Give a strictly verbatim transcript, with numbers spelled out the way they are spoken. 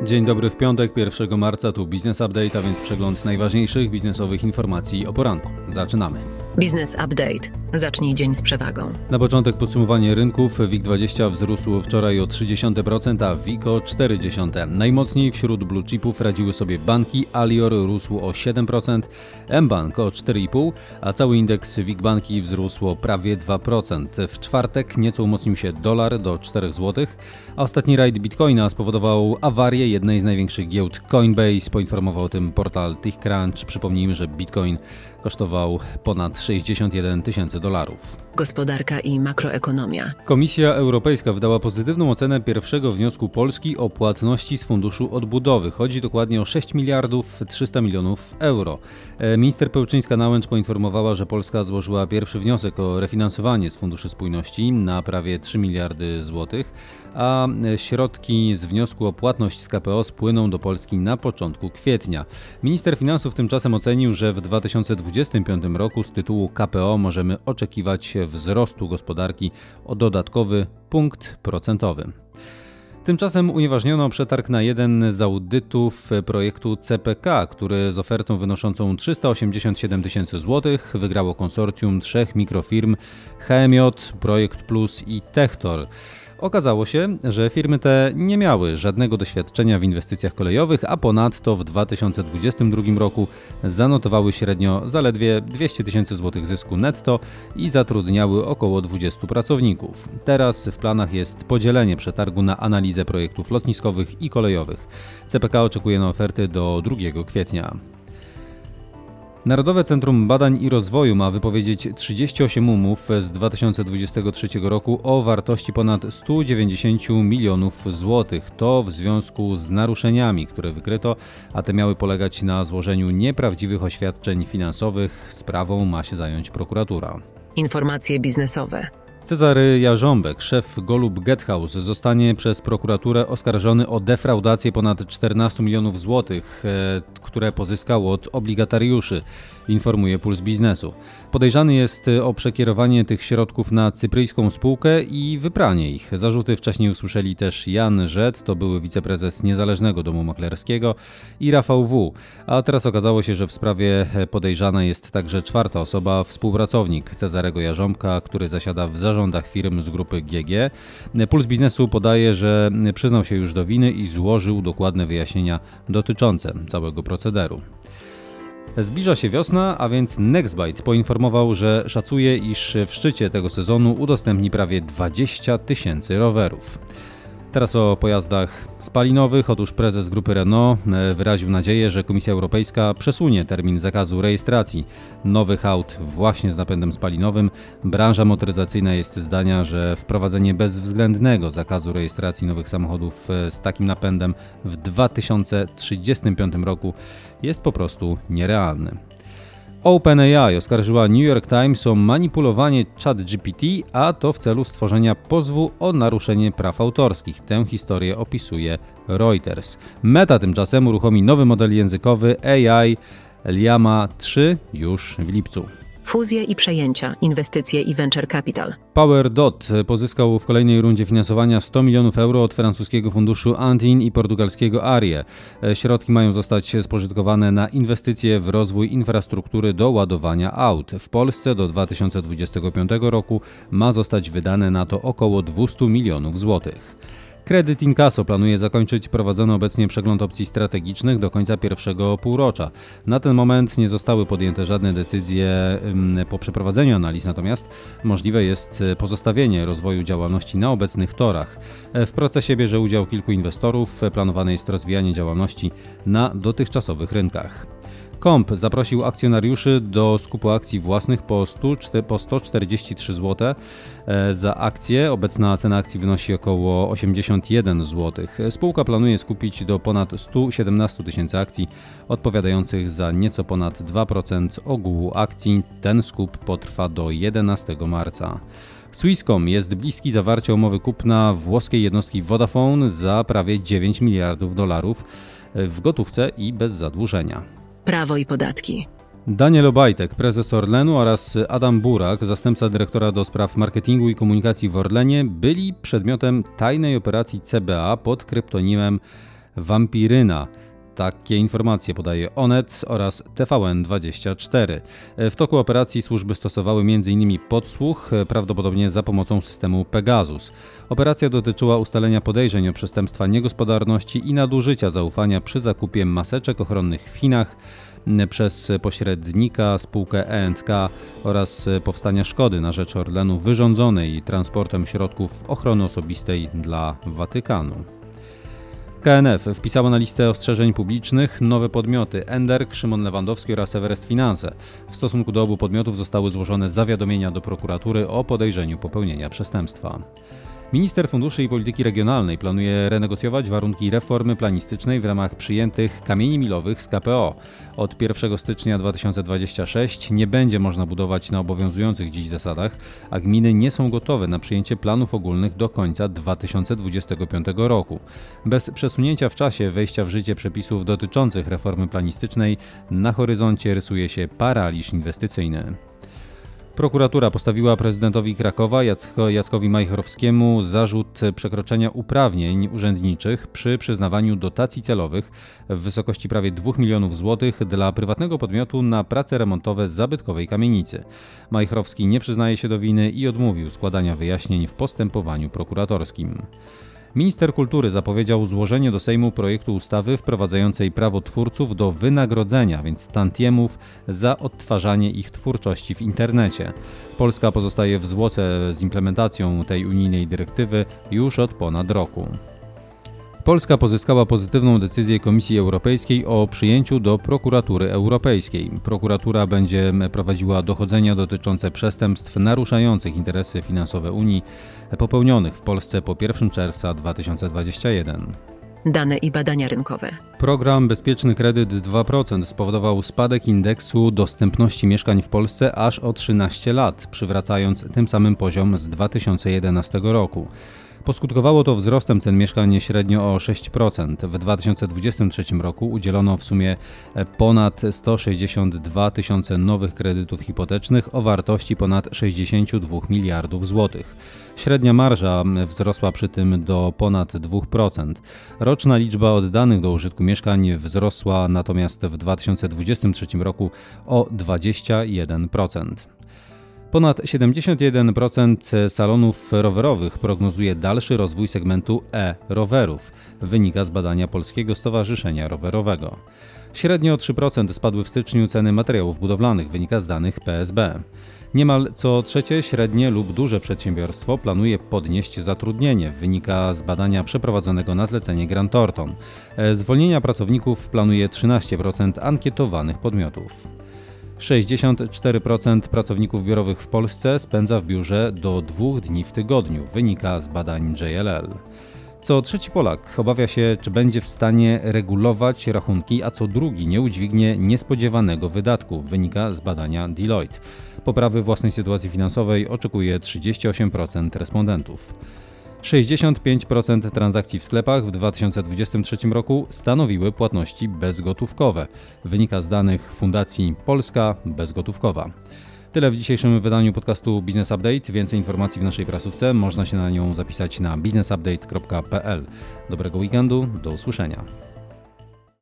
Dzień dobry w piątek, pierwszego marca, tu Business Update, a więc przegląd najważniejszych biznesowych informacji o poranku. Zaczynamy. Business Update. Zacznij dzień z przewagą. Na początek podsumowanie rynków. W I K dwadzieścia wzrósł wczoraj o zero przecinek trzy procent, a W I K o cztery procent. Najmocniej wśród blue chipów radziły sobie banki. Alior rósł o siedem procent, mBank o cztery i pół procent, a cały indeks W I K Banki wzrósł o prawie dwa procent. W czwartek nieco umocnił się dolar do czterech złotych, a ostatni rajd Bitcoina spowodował awarię jednej z największych giełd. Coinbase poinformował o tym portal TechCrunch. Przypomnijmy, że Bitcoin kosztował ponad sześćdziesiąt jeden tysięcy dolarów. Gospodarka i makroekonomia. Komisja Europejska wydała pozytywną ocenę pierwszego wniosku Polski o płatności z Funduszu Odbudowy. Chodzi dokładnie o sześć miliardów trzysta milionów euro. Minister Pełczyńska-Nałęcz poinformowała, że Polska złożyła pierwszy wniosek o refinansowanie z Funduszy Spójności na prawie trzy miliardy złotych, a środki z wniosku o płatność z K P O spłyną do Polski na początku kwietnia. Minister Finansów tymczasem ocenił, że w dwa tysiące dwudziestym piątym roku z tytułu K P O możemy oczekiwać wzrostu gospodarki o dodatkowy punkt procentowy. Tymczasem unieważniono przetarg na jeden z audytów projektu C P K, który z ofertą wynoszącą trzysta osiemdziesiąt siedem tysięcy złotych wygrało konsorcjum trzech mikrofirm H M J, Projekt Plus i Techtor. Okazało się, że firmy te nie miały żadnego doświadczenia w inwestycjach kolejowych, a ponadto w dwa tysiące dwudziestym drugim roku zanotowały średnio zaledwie dwieście tysięcy złotych zysku netto i zatrudniały około dwudziestu pracowników. Teraz w planach jest podzielenie przetargu na analizę projektów lotniskowych i kolejowych. C P K oczekuje na oferty do drugiego kwietnia. Narodowe Centrum Badań i Rozwoju ma wypowiedzieć trzydzieści osiem umów z dwa tysiące dwudziestego trzeciego roku o wartości ponad sto dziewięćdziesiąt milionów złotych. To w związku z naruszeniami, które wykryto, a te miały polegać na złożeniu nieprawdziwych oświadczeń finansowych. Sprawą ma się zająć prokuratura. Informacje biznesowe. Cezary Jarząbek, szef Golub Gethouse, zostanie przez prokuraturę oskarżony o defraudację ponad czternastu milionów złotych, które pozyskał od obligatariuszy, informuje Puls Biznesu. Podejrzany jest o przekierowanie tych środków na cypryjską spółkę i wypranie ich. Zarzuty wcześniej usłyszeli też Jan Rzet, to były wiceprezes Niezależnego Domu Maklerskiego, i Rafał W. A teraz okazało się, że w sprawie podejrzana jest także czwarta osoba, współpracownik Cezarego Jarząbka, który zasiada w zarządach firm z grupy G G. Puls Biznesu podaje, że przyznał się już do winy i złożył dokładne wyjaśnienia dotyczące całego procederu. Zbliża się wiosna, a więc Nextbite poinformował, że szacuje, iż w szczycie tego sezonu udostępni prawie dwadzieścia tysięcy rowerów. Teraz o pojazdach spalinowych. Otóż prezes grupy Renault wyraził nadzieję, że Komisja Europejska przesunie termin zakazu rejestracji nowych aut właśnie z napędem spalinowym. Branża motoryzacyjna jest zdania, że wprowadzenie bezwzględnego zakazu rejestracji nowych samochodów z takim napędem w dwa tysiące trzydziestym piątym roku jest po prostu nierealne. OpenAI oskarżyła New York Times o manipulowanie ChatGPT, a to w celu stworzenia pozwu o naruszenie praw autorskich. Tę historię opisuje Reuters. Meta tymczasem uruchomi nowy model językowy A I Llama trzy już w lipcu. Fuzje i przejęcia, inwestycje i venture capital. PowerDot pozyskał w kolejnej rundzie finansowania sto milionów euro od francuskiego funduszu Antin i portugalskiego Arie. Środki mają zostać spożytkowane na inwestycje w rozwój infrastruktury do ładowania aut. W Polsce do dwa tysiące dwudziestego piątego roku ma zostać wydane na to około dwieście milionów złotych. Kredyt Inkasso planuje zakończyć prowadzony obecnie przegląd opcji strategicznych do końca pierwszego półrocza. Na ten moment nie zostały podjęte żadne decyzje po przeprowadzeniu analiz, natomiast możliwe jest pozostawienie rozwoju działalności na obecnych torach. W procesie bierze udział kilku inwestorów, planowane jest rozwijanie działalności na dotychczasowych rynkach. Komp zaprosił akcjonariuszy do skupu akcji własnych po sto czterdzieści trzy złote za akcję. Obecna cena akcji wynosi około osiemdziesiąt jeden złotych. Spółka planuje skupić do ponad stu siedemnastu tysięcy akcji, odpowiadających za nieco ponad dwa procent ogółu akcji. Ten skup potrwa do jedenastego marca. Swisscom jest bliski zawarcia umowy kupna włoskiej jednostki Vodafone za prawie dziewięć miliardów dolarów w gotówce i bez zadłużenia. Prawo i podatki. Daniel Obajtek, prezes Orlenu, oraz Adam Burak, zastępca dyrektora do spraw marketingu i komunikacji w Orlenie, byli przedmiotem tajnej operacji C B A pod kryptonimem Vampiryna. Takie informacje podaje Onet oraz T V N dwadzieścia cztery. W toku operacji służby stosowały między innymi podsłuch, prawdopodobnie za pomocą systemu Pegasus. Operacja dotyczyła ustalenia podejrzeń o przestępstwa niegospodarności i nadużycia zaufania przy zakupie maseczek ochronnych w Chinach przez pośrednika spółkę E and K oraz powstania szkody na rzecz Orlenu wyrządzonej transportem środków ochrony osobistej dla Watykanu. K N F wpisało na listę ostrzeżeń publicznych nowe podmioty Enderg, Szymon Lewandowski oraz Everest Finanse. W stosunku do obu podmiotów zostały złożone zawiadomienia do prokuratury o podejrzeniu popełnienia przestępstwa. Minister Funduszy i Polityki Regionalnej planuje renegocjować warunki reformy planistycznej w ramach przyjętych kamieni milowych z K P O. Od pierwszego stycznia dwa tysiące dwudziestego szóstego nie będzie można budować na obowiązujących dziś zasadach, a gminy nie są gotowe na przyjęcie planów ogólnych do końca dwa tysiące dwudziestego piątego roku. Bez przesunięcia w czasie wejścia w życie przepisów dotyczących reformy planistycznej na horyzoncie rysuje się paraliż inwestycyjny. Prokuratura postawiła prezydentowi Krakowa Jackowi Majchrowskiemu zarzut przekroczenia uprawnień urzędniczych przy przyznawaniu dotacji celowych w wysokości prawie dwóch milionów złotych dla prywatnego podmiotu na prace remontowe zabytkowej kamienicy. Majchrowski nie przyznaje się do winy i odmówił składania wyjaśnień w postępowaniu prokuratorskim. Minister kultury zapowiedział złożenie do Sejmu projektu ustawy wprowadzającej prawo twórców do wynagrodzenia, więc tantiemów za odtwarzanie ich twórczości w internecie. Polska pozostaje w zwłoce z implementacją tej unijnej dyrektywy już od ponad roku. Polska pozyskała pozytywną decyzję Komisji Europejskiej o przyjęciu do Prokuratury Europejskiej. Prokuratura będzie prowadziła dochodzenia dotyczące przestępstw naruszających interesy finansowe Unii popełnionych w Polsce po pierwszego czerwca dwa tysiące dwudziestego pierwszego. Dane i badania rynkowe. Program Bezpieczny Kredyt dwa procent spowodował spadek indeksu dostępności mieszkań w Polsce aż o trzynaście lat, przywracając tym samym poziom z dwa tysiące jedenastego roku. Poskutkowało to wzrostem cen mieszkań średnio o sześć procent. W dwa tysiące dwudziestym trzecim roku udzielono w sumie ponad sto sześćdziesiąt dwa tysiące nowych kredytów hipotecznych o wartości ponad sześćdziesiąt dwa miliardów złotych. Średnia marża wzrosła przy tym do ponad dwa procent. Roczna liczba oddanych do użytku mieszkań wzrosła natomiast w dwa tysiące dwudziestym trzecim roku o dwadzieścia jeden procent. Ponad siedemdziesiąt jeden procent salonów rowerowych prognozuje dalszy rozwój segmentu e-rowerów, wynika z badania Polskiego Stowarzyszenia Rowerowego. Średnio o trzy procent spadły w styczniu ceny materiałów budowlanych, wynika z danych P S B. Niemal co trzecie średnie lub duże przedsiębiorstwo planuje podnieść zatrudnienie, wynika z badania przeprowadzonego na zlecenie Grant Thornton. Zwolnienia pracowników planuje trzynaście procent ankietowanych podmiotów. sześćdziesiąt cztery procent pracowników biurowych w Polsce spędza w biurze do dwóch dni w tygodniu, wynika z badań J L L. Co trzeci Polak obawia się, czy będzie w stanie regulować rachunki, a co drugi nie udźwignie niespodziewanego wydatku, wynika z badania Deloitte. Poprawy własnej sytuacji finansowej oczekuje trzydzieści osiem procent respondentów. sześćdziesiąt pięć procent transakcji w sklepach w dwa tysiące dwudziestym trzecim roku stanowiły płatności bezgotówkowe, wynika z danych Fundacji Polska Bezgotówkowa. Tyle w dzisiejszym wydaniu podcastu Business Update. Więcej informacji w naszej prasówce. Można się na nią zapisać na business update kropka p l. Dobrego weekendu, do usłyszenia.